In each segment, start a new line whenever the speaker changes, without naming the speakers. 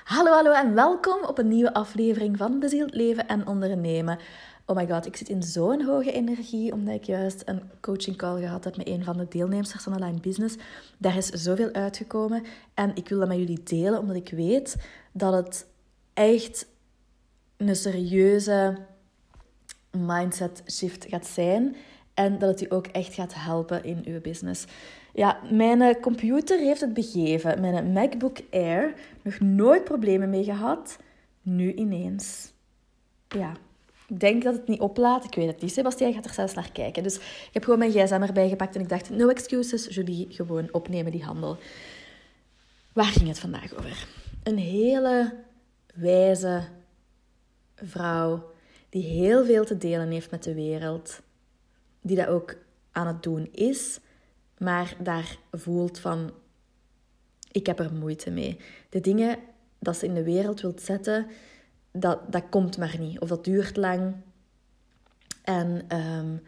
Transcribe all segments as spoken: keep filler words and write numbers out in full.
Hallo, hallo en welkom op een nieuwe aflevering van Bezield Leven en Ondernemen. Oh my god, ik zit in zo'n hoge energie, omdat ik juist een coaching call gehad heb met een van de deelnemers van Online Business. Daar is zoveel uitgekomen en ik wil dat met jullie delen, omdat ik weet dat het echt een serieuze mindset shift gaat zijn en dat het u ook echt gaat helpen in uw business. Ja, mijn computer heeft het begeven. Mijn MacBook Air, nog nooit problemen mee gehad. Nu ineens. Ja, ik denk dat het niet oplaadt. Ik weet het niet. Sebastiaan gaat er zelfs naar kijken. Dus ik heb gewoon mijn gsm erbij gepakt en ik dacht, no excuses, Julie, gewoon opnemen die handel. Waar ging het vandaag over? Een hele wijze vrouw die heel veel te delen heeft met de wereld. Die dat ook aan het doen is, maar daar voelt van, ik heb er moeite mee. De dingen dat ze in de wereld wilt zetten, dat, dat komt maar niet. Of dat duurt lang. En um,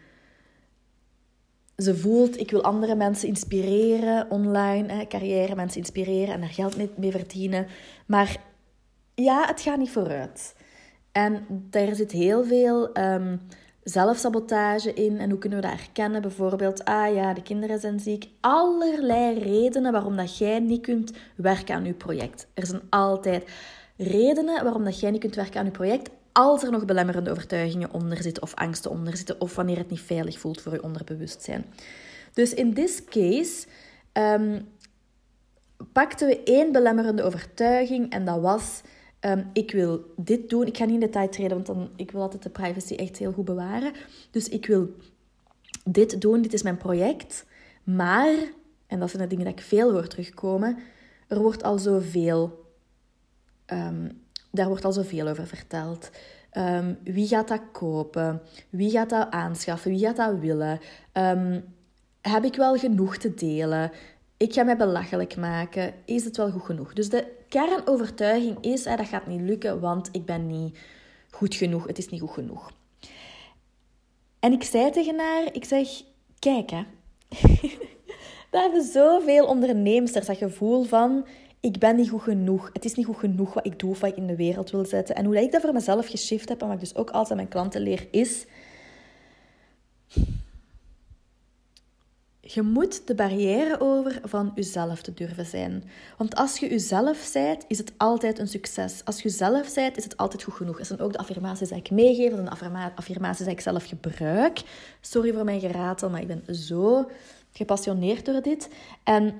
ze voelt, ik wil andere mensen inspireren online, hè, carrière mensen inspireren en daar geld mee verdienen. Maar ja, het gaat niet vooruit. En daar zit heel veel um, zelfsabotage in. En hoe kunnen we dat herkennen? Bijvoorbeeld, ah ja, de kinderen zijn ziek. Allerlei redenen waarom dat jij niet kunt werken aan je project. Er zijn altijd redenen waarom dat jij niet kunt werken aan je project als er nog belemmerende overtuigingen onder zitten of angsten onder zitten of wanneer het niet veilig voelt voor je onderbewustzijn. Dus in this case um, pakten we één belemmerende overtuiging en dat was... Um, ik wil dit doen. Ik ga niet in detail treden, want dan, ik wil altijd de privacy echt heel goed bewaren. Dus ik wil dit doen. Dit is mijn project. Maar, en dat zijn de dingen dat ik veel hoor terugkomen, er wordt al zoveel, um, daar wordt al zoveel over verteld. Um, wie gaat dat kopen? Wie gaat dat aanschaffen? Wie gaat dat willen? Um, heb ik wel genoeg te delen? Ik ga mij belachelijk maken. Is het wel goed genoeg? Dus de kernovertuiging is, hè, dat gaat niet lukken, want ik ben niet goed genoeg. Het is niet goed genoeg. En ik zei tegen haar, ik zeg, kijk hè. Daar hebben zoveel ondernemers dat gevoel van, ik ben niet goed genoeg. Het is niet goed genoeg wat ik doe of wat ik in de wereld wil zetten. En hoe ik dat voor mezelf geshift heb, en wat ik dus ook altijd aan mijn klanten leer, is... Je moet de barrière over van jezelf te durven zijn. Want als je jezelf zijt, is het altijd een succes. Als je jezelf zijt, is het altijd goed genoeg. Dat zijn ook de affirmaties die ik meegeef. Dat zijn de affirma- affirmaties die ik zelf gebruik. Sorry voor mijn geratel, maar ik ben zo gepassioneerd door dit. En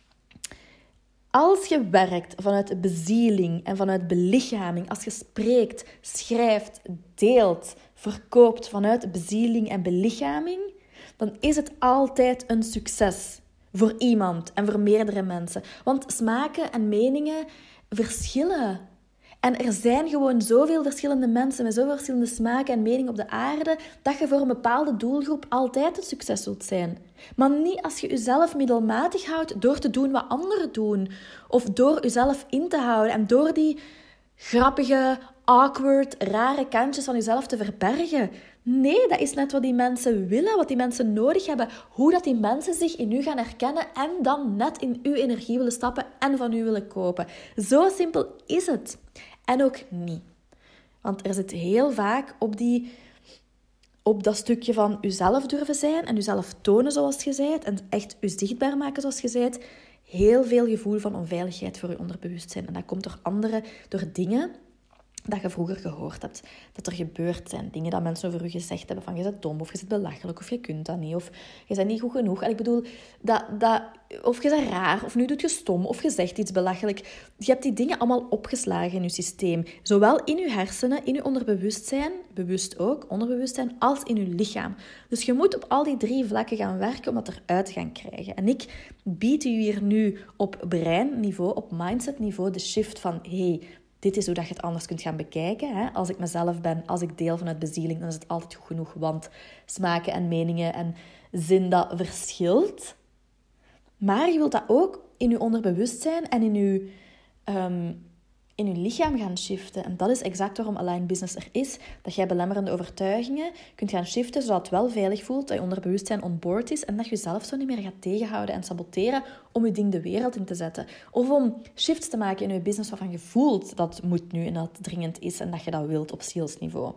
als je werkt vanuit bezieling en vanuit belichaming, als je spreekt, schrijft, deelt, verkoopt vanuit bezieling en belichaming, dan is het altijd een succes voor iemand en voor meerdere mensen. Want smaken en meningen verschillen. En er zijn gewoon zoveel verschillende mensen met zoveel verschillende smaken en meningen op de aarde, dat je voor een bepaalde doelgroep altijd een succes zult zijn. Maar niet als je jezelf middelmatig houdt door te doen wat anderen doen. Of door jezelf in te houden en door die grappige, awkward, rare kantjes van jezelf te verbergen. Nee, dat is net wat die mensen willen, wat die mensen nodig hebben. Hoe dat die mensen zich in u gaan herkennen en dan net in uw energie willen stappen en van u willen kopen. Zo simpel is het. En ook niet. Want er zit heel vaak op, die, op dat stukje van uzelf durven zijn en uzelf tonen zoals je bent en echt u zichtbaar maken zoals je bent, heel veel gevoel van onveiligheid voor je onderbewustzijn. En dat komt door andere, door dingen dat je vroeger gehoord hebt, dat er gebeurd zijn. Dingen dat mensen over je gezegd hebben van je bent dom, of je bent belachelijk, of je kunt dat niet, of je bent niet goed genoeg. En ik bedoel, dat, dat, of je bent raar, of nu doet je stom, of je zegt iets belachelijk. Je hebt die dingen allemaal opgeslagen in je systeem. Zowel in je hersenen, in je onderbewustzijn, bewust ook, onderbewustzijn, als in je lichaam. Dus je moet op al die drie vlakken gaan werken om dat eruit te gaan krijgen. En ik bied je hier nu op breinniveau, op mindsetniveau, de shift van, hey, dit is hoe dat je het anders kunt gaan bekijken. Hè? Als ik mezelf ben, als ik deel vanuit bezieling, dan is het altijd goed genoeg. Want smaken en meningen en zin, dat verschilt. Maar je wilt dat ook in je onderbewustzijn en in je, um, in je lichaam gaan shiften. En dat is exact waarom Align Business er is. Dat jij belemmerende overtuigingen kunt gaan shiften, zodat het wel veilig voelt, dat je onderbewustzijn on board is en dat je jezelf zo niet meer gaat tegenhouden en saboteren om je ding de wereld in te zetten. Of om shifts te maken in je business waarvan je voelt dat het moet nu en dat het dringend is en dat je dat wilt op zielsniveau.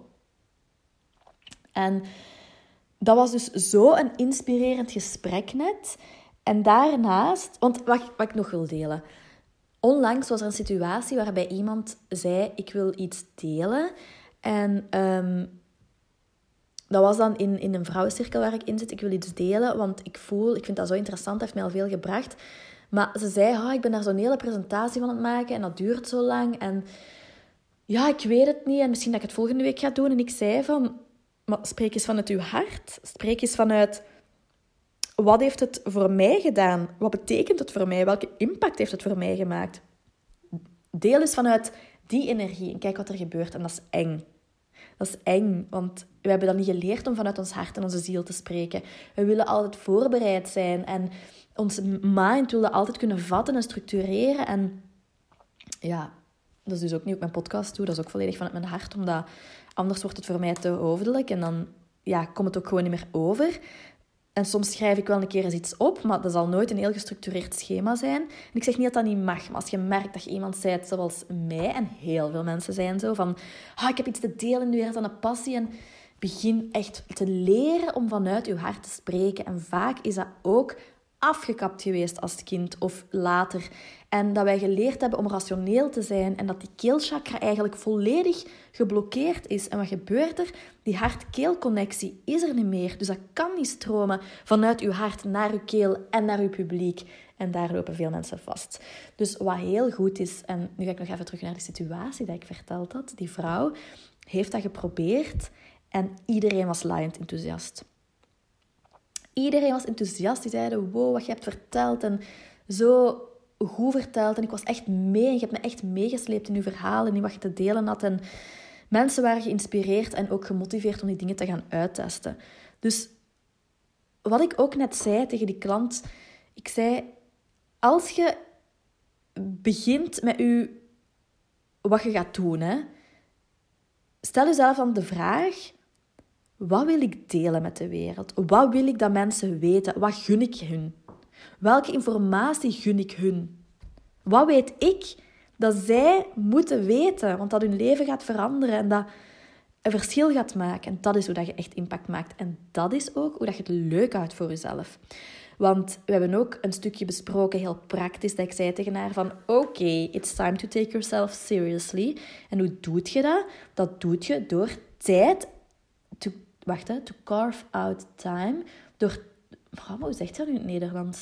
En dat was dus zo een inspirerend gesprek net. En daarnaast, want wat, wat ik nog wil delen. Onlangs was er een situatie waarbij iemand zei, ik wil iets delen. En um, dat was dan in, in een vrouwencirkel waar ik in zit. Ik wil iets delen, want ik voel, ik vind dat zo interessant, dat heeft mij al veel gebracht. Maar ze zei, oh, ik ben daar zo'n hele presentatie van aan het maken en dat duurt zo lang. En ja, ik weet het niet en misschien dat ik het volgende week ga doen. En ik zei van, maar spreek eens vanuit uw hart. Spreek eens vanuit, wat heeft het voor mij gedaan? Wat betekent het voor mij? Welke impact heeft het voor mij gemaakt? Deel eens vanuit die energie en kijk wat er gebeurt. En dat is eng. Dat is eng, want we hebben dat niet geleerd om vanuit ons hart en onze ziel te spreken. We willen altijd voorbereid zijn en ons mind willen altijd kunnen vatten en structureren. En ja, dat is dus ook niet op mijn podcast toe. Dat is ook volledig vanuit mijn hart, omdat anders wordt het voor mij te hoofdelijk en dan ja, komt het ook gewoon niet meer over. En soms schrijf ik wel een keer eens iets op, maar dat zal nooit een heel gestructureerd schema zijn. En ik zeg niet dat dat niet mag, maar als je merkt dat je iemand bent zoals mij, en heel veel mensen zijn zo, van ah, ik heb iets te delen, nu is dat een passie, en begin echt te leren om vanuit je hart te spreken. En vaak is dat ook afgekapt geweest als kind of later. En dat wij geleerd hebben om rationeel te zijn en dat die keelchakra eigenlijk volledig geblokkeerd is. En wat gebeurt er? Die hart-keelconnectie is er niet meer. Dus dat kan niet stromen vanuit uw hart naar uw keel en naar uw publiek. En daar lopen veel mensen vast. Dus wat heel goed is, en nu ga ik nog even terug naar die situatie die ik verteld had. Die vrouw heeft dat geprobeerd en iedereen was laaiend enthousiast. Iedereen was enthousiast. Die zeiden, wow, wat je hebt verteld. En zo goed verteld. En ik was echt mee. Je hebt me echt meegesleept in je verhaal en in wat je te delen had. En mensen waren geïnspireerd en ook gemotiveerd om die dingen te gaan uittesten. Dus wat ik ook net zei tegen die klant. Ik zei, als je begint met je, wat je gaat doen, hè, stel jezelf dan de vraag, wat wil ik delen met de wereld? Wat wil ik dat mensen weten? Wat gun ik hun? Welke informatie gun ik hun? Wat weet ik dat zij moeten weten? Want dat hun leven gaat veranderen en dat een verschil gaat maken. En dat is hoe dat je echt impact maakt. En dat is ook hoe dat je het leuk houdt voor jezelf. Want we hebben ook een stukje besproken, heel praktisch, dat ik zei tegen haar van oké, okay, it's time to take yourself seriously. En hoe doe je dat? Dat doe je door tijd to, wacht, hè, to carve out time. Door, oh, hoe zegt je dat nu in het Nederlands?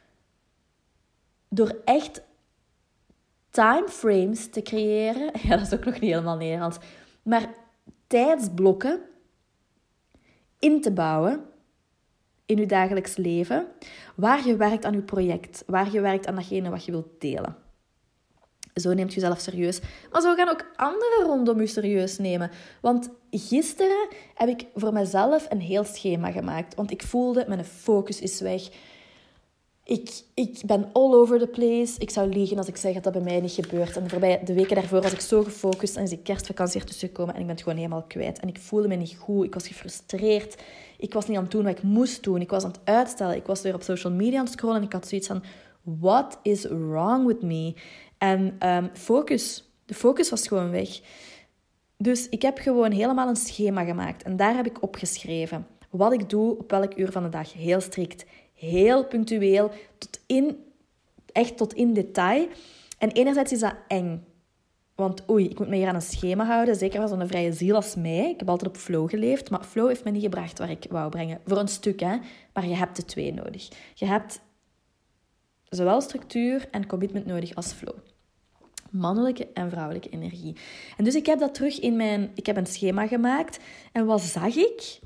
Door echt timeframes te creëren. Ja, dat is ook nog niet helemaal Nederlands. Maar tijdsblokken in te bouwen in je dagelijks leven, waar je werkt aan je project, waar je werkt aan datgene wat je wilt delen. Zo neemt je jezelf serieus. Maar zo gaan ook anderen rondom je serieus nemen. Want gisteren heb ik voor mezelf een heel schema gemaakt. Want ik voelde, mijn focus is weg. Ik, ik ben all over the place. Ik zou liegen als ik zeg dat dat bij mij niet gebeurt. En voorbij de weken daarvoor was ik zo gefocust en is die kerstvakantie ertussen gekomen en ik ben het gewoon helemaal kwijt. En ik voelde me niet goed. Ik was gefrustreerd. Ik was niet aan het doen wat ik moest doen. Ik was aan het uitstellen. Ik was weer op social media aan het scrollen en ik had zoiets van, what is wrong with me? En um, focus. De focus was gewoon weg. Dus ik heb gewoon helemaal een schema gemaakt. En daar heb ik opgeschreven wat ik doe op welk uur van de dag. Heel strikt. Heel punctueel, tot in, echt tot in detail. En enerzijds is dat eng. Want oei, ik moet me hier aan een schema houden. Zeker van zo'n vrije ziel als mij. Ik heb altijd op flow geleefd. Maar flow heeft me niet gebracht waar ik wou brengen. Voor een stuk, hè. Maar je hebt de twee nodig. Je hebt zowel structuur en commitment nodig als flow. Mannelijke en vrouwelijke energie. En dus ik heb dat terug in mijn... Ik heb een schema gemaakt. En wat zag ik?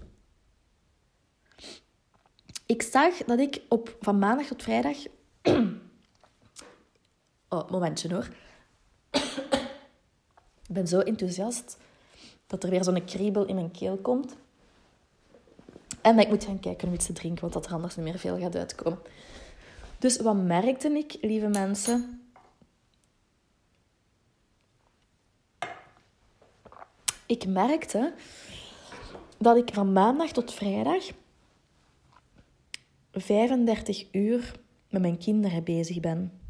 Ik zag dat ik op, van maandag tot vrijdag... oh, momentje hoor. Ik ben zo enthousiast dat er weer zo'n kriebel in mijn keel komt. En dat ik moet gaan kijken om iets te drinken, want dat er anders niet meer veel gaat uitkomen. Dus wat merkte ik, lieve mensen? ik merkte dat ik van maandag tot vrijdag vijfendertig uur met mijn kinderen bezig ben.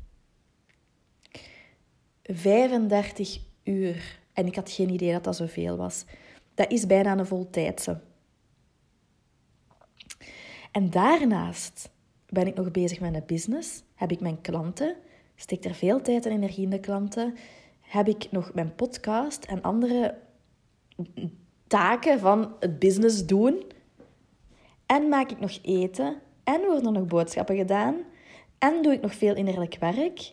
vijfendertig uur. En ik had geen idee dat dat zoveel was. Dat is bijna een voltijdse. En daarnaast ben ik nog bezig met een business. Heb ik mijn klanten. Steek er veel tijd en energie in de klanten. Heb ik nog mijn podcast en andere taken van het business doen. En maak ik nog eten. En worden er nog boodschappen gedaan. En doe ik nog veel innerlijk werk.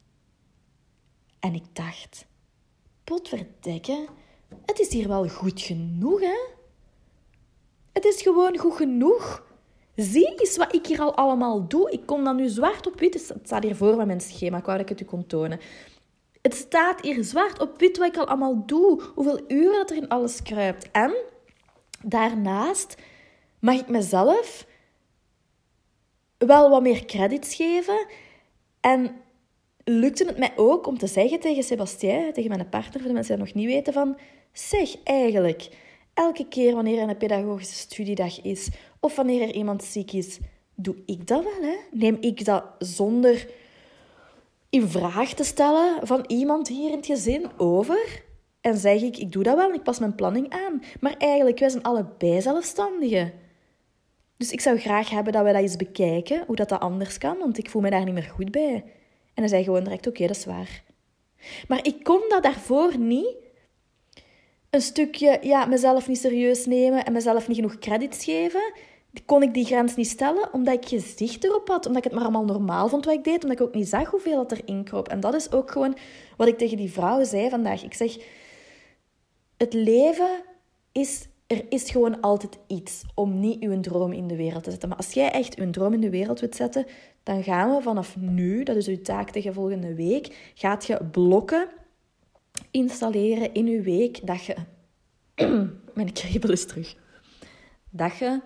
En ik dacht, potverdikke, het is hier wel goed genoeg, hè? Het is gewoon goed genoeg. Zie eens wat ik hier al allemaal doe. Ik kom dan nu zwart op wit. Het staat hier voor met mijn schema. Ik wou dat ik het u kon tonen. Het staat hier zwart op wit wat ik al allemaal doe. Hoeveel uren dat er in alles kruipt. En daarnaast mag ik mezelf wel wat meer credits geven. En lukte het mij ook om te zeggen tegen Sebastien, tegen mijn partner, voor de mensen die dat nog niet weten, van zeg eigenlijk, elke keer wanneer er een pedagogische studiedag is, of wanneer er iemand ziek is, doe ik dat wel, hè? Neem ik dat zonder in vraag te stellen van iemand hier in het gezin over? En zeg ik, ik doe dat wel en ik pas mijn planning aan. Maar eigenlijk, wij zijn allebei zelfstandigen. Dus ik zou graag hebben dat wij dat eens bekijken, hoe dat, dat anders kan, want ik voel me daar niet meer goed bij. En dan zei hij gewoon direct, oké, okay, dat is waar. Maar ik kon dat daarvoor niet een stukje, ja, mezelf niet serieus nemen en mezelf niet genoeg credits geven. Kon ik die grens niet stellen, omdat ik gezicht erop had. Omdat ik het maar allemaal normaal vond wat ik deed. Omdat ik ook niet zag hoeveel dat erin kroop. En dat is ook gewoon wat ik tegen die vrouwen zei vandaag. Ik zeg, het leven is... Er is gewoon altijd iets om niet uw droom in de wereld te zetten. Maar als jij echt uw droom in de wereld wilt zetten, dan gaan we vanaf nu, dat is uw taak tegen volgende week, gaat je blokken installeren in uw week dat je... Mijn kriebel is terug. Dat je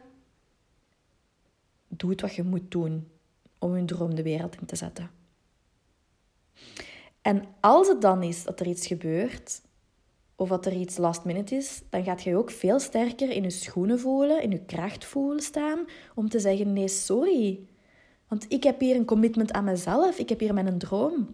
doet wat je moet doen om je droom de wereld in te zetten. En als het dan is dat er iets gebeurt, of dat er iets last minute is, dan gaat je je ook veel sterker in je schoenen voelen, in je kracht voelen staan, om te zeggen, nee, sorry. Want ik heb hier een commitment aan mezelf. Ik heb hier mijn droom.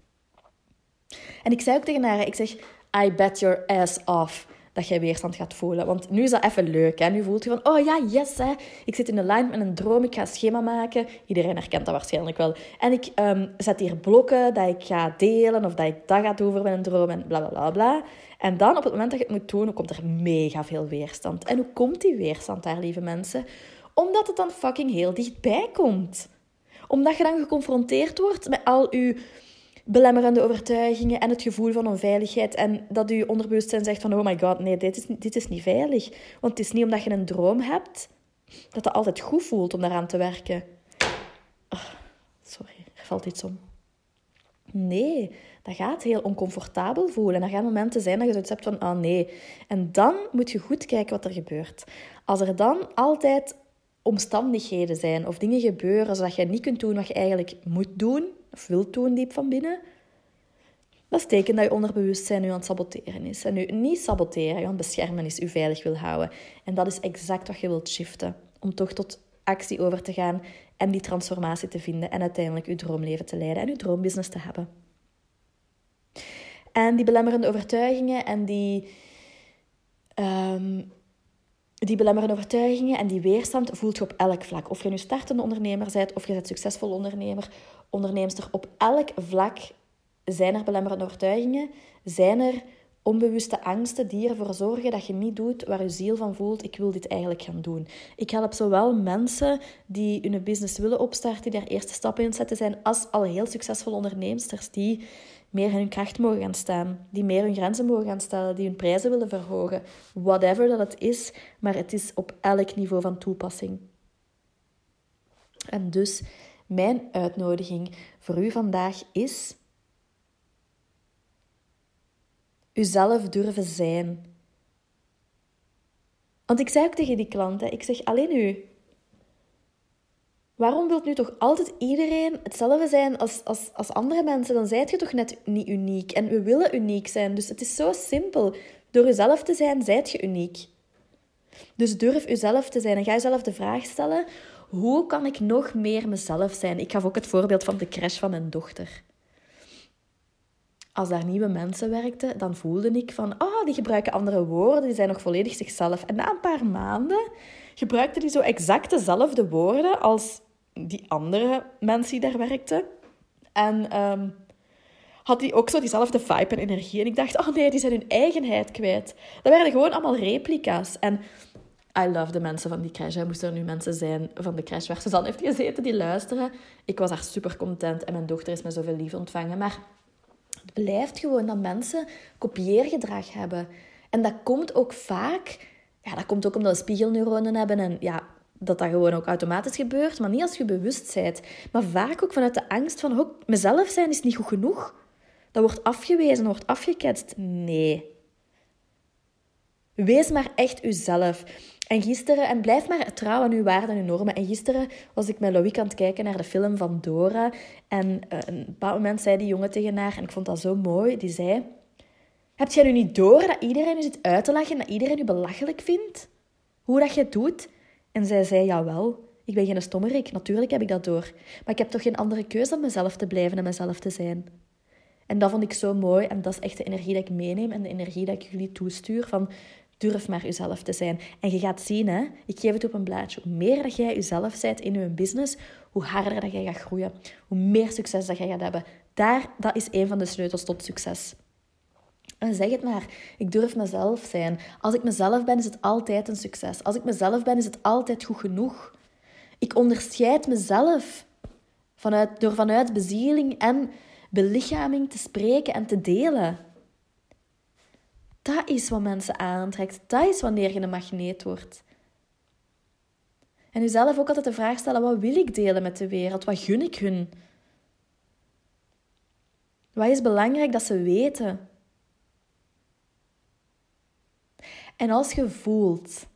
En ik zei ook tegen haar, ik zeg, I bet your ass off dat jij weerstand gaat voelen. Want nu is dat even leuk. Hè? Nu voelt je van, oh ja, yes, hè. Ik zit in de line met een droom, ik ga een schema maken. Iedereen herkent dat waarschijnlijk wel. En ik um, zet hier blokken dat ik ga delen, of dat ik dat ga doen voor mijn droom, en bla, bla, bla, bla. En dan, op het moment dat je het moet doen, komt er mega veel weerstand. En hoe komt die weerstand daar, lieve mensen? Omdat het dan fucking heel dichtbij komt. Omdat je dan geconfronteerd wordt met al je belemmerende overtuigingen en het gevoel van onveiligheid. En dat je onderbewustzijn zegt van, oh my god, nee, dit is, dit is niet veilig. Want het is niet omdat je een droom hebt, dat het altijd goed voelt om daaraan te werken. Oh, sorry, er valt iets om. Nee, dat gaat heel oncomfortabel voelen. En er gaan momenten zijn dat je zoiets hebt van, ah oh nee. En dan moet je goed kijken wat er gebeurt. Als er dan altijd omstandigheden zijn of dingen gebeuren zodat je niet kunt doen wat je eigenlijk moet doen, of wilt doen diep van binnen, dat is teken dat je onderbewustzijn je aan het saboteren is. En je niet saboteren, je aan het beschermen is, je veilig wil houden. En dat is exact wat je wilt shiften. Om toch tot actie over te gaan en die transformatie te vinden en uiteindelijk je droomleven te leiden en je droombusiness te hebben. En die belemmerende overtuigingen en die... Um, Die belemmerende overtuigingen en die weerstand voelt je op elk vlak. Of je nu startende ondernemer bent of je bent succesvol ondernemer, onderneemster. Op elk vlak zijn er belemmerende overtuigingen. Zijn er onbewuste angsten die ervoor zorgen dat je niet doet waar je ziel van voelt. Ik wil dit eigenlijk gaan doen. Ik help zowel mensen die hun business willen opstarten, die daar eerste stappen in zetten zijn, als al heel succesvolle onderneemsters die meer in hun kracht mogen gaan staan, die meer hun grenzen mogen gaan stellen, die hun prijzen willen verhogen. Whatever dat het is, maar het is op elk niveau van toepassing. En dus mijn uitnodiging voor u vandaag is uzelf durven zijn. Want ik zei ook tegen die klant, hè, ik zeg, alleen u. Waarom wilt nu toch altijd iedereen hetzelfde zijn als, als, als andere mensen? Dan zijt je toch net niet uniek. En we willen uniek zijn. Dus het is zo simpel. Door jezelf te zijn, zijt je uniek. Dus durf jezelf te zijn en ga jezelf de vraag stellen, hoe kan ik nog meer mezelf zijn? Ik gaf ook het voorbeeld van de crash van mijn dochter. Als daar nieuwe mensen werkten, dan voelde ik van, oh, die gebruiken andere woorden, die zijn nog volledig zichzelf. En na een paar maanden gebruikten die zo exact dezelfde woorden als die andere mensen die daar werkten. En um, had die ook zo diezelfde vibe en energie. En ik dacht, oh nee, die zijn hun eigenheid kwijt. Dat werden gewoon allemaal replica's. En I love de mensen van die crash. Er moesten er nu mensen zijn van de crash waar Suzanne heeft gezeten die luisteren. Ik was daar super content en mijn dochter is me zoveel lief ontvangen. Maar het blijft gewoon dat mensen kopieergedrag hebben. En dat komt ook vaak... Ja, dat komt ook omdat we spiegelneuronen hebben en ja, dat dat gewoon ook automatisch gebeurt. Maar niet als je bewust bent. Maar vaak ook vanuit de angst van, oh, mezelf zijn is niet goed genoeg. Dat wordt afgewezen, wordt afgeketst. Nee. Wees maar echt uzelf. En gisteren, en blijf maar trouw aan uw waarden en uw normen. En gisteren was ik met Loïc aan het kijken naar de film van Dora. En uh, een bepaald moment zei die jongen tegen haar, en ik vond dat zo mooi, die zei... Heb jij nu niet door dat iedereen u zit uit te lachen en dat iedereen u belachelijk vindt? Hoe dat je het doet? En zij zei, jawel, ik ben geen stommerik, natuurlijk heb ik dat door. Maar ik heb toch geen andere keuze dan mezelf te blijven en mezelf te zijn. En dat vond ik zo mooi en dat is echt de energie die ik meeneem en de energie die ik jullie toestuur van durf maar jezelf te zijn. En je gaat zien, hè, ik geef het op een blaadje, hoe meer dat jij jezelf bent in je business, hoe harder dat jij gaat groeien, hoe meer succes dat jij gaat hebben. Daar, dat is een van de sleutels tot succes. En zeg het maar, ik durf mezelf zijn. Als ik mezelf ben, is het altijd een succes. Als ik mezelf ben, is het altijd goed genoeg. Ik onderscheid mezelf vanuit, door vanuit bezieling en belichaming te spreken en te delen. Dat is wat mensen aantrekt. Dat is wanneer je een magneet wordt. En jezelf ook altijd de vraag stellen, wat wil ik delen met de wereld? Wat gun ik hun? Wat is belangrijk dat ze weten? En als je voelt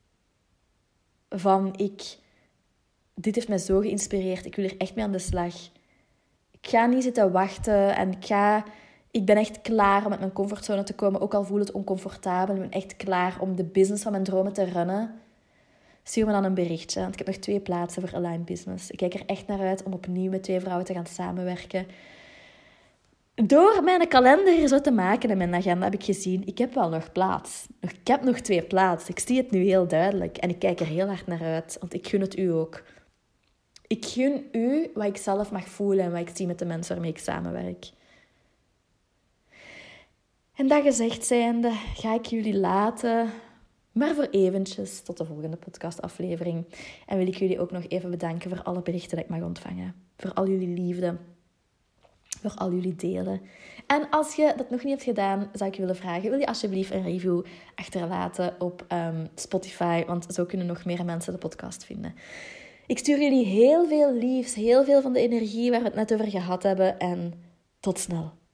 van ik, dit heeft mij zo geïnspireerd, ik wil er echt mee aan de slag. Ik ga niet zitten wachten en ik, ga, ik ben echt klaar om uit mijn comfortzone te komen, ook al voel het oncomfortabel. Ik ben echt klaar om de business van mijn dromen te runnen. Stuur me dan een berichtje, want ik heb nog twee plaatsen voor Align Business. Ik kijk er echt naar uit om opnieuw met twee vrouwen te gaan samenwerken. Door mijn kalender zo te maken en mijn agenda heb ik gezien, ik heb wel nog plaats. Ik heb nog twee plaatsen. Ik zie het nu heel duidelijk. En ik kijk er heel hard naar uit, want ik gun het u ook. Ik gun u wat ik zelf mag voelen en wat ik zie met de mensen waarmee ik samenwerk. En dat gezegd zijnde, ga ik jullie laten, maar voor eventjes tot de volgende podcastaflevering. En wil ik jullie ook nog even bedanken voor alle berichten die ik mag ontvangen. Voor al jullie liefde. Voor al jullie delen. En als je dat nog niet hebt gedaan, zou ik je willen vragen, wil je alsjeblieft een review achterlaten op um, Spotify, want zo kunnen nog meer mensen de podcast vinden. Ik stuur jullie heel veel liefs, heel veel van de energie waar we het net over gehad hebben en tot snel.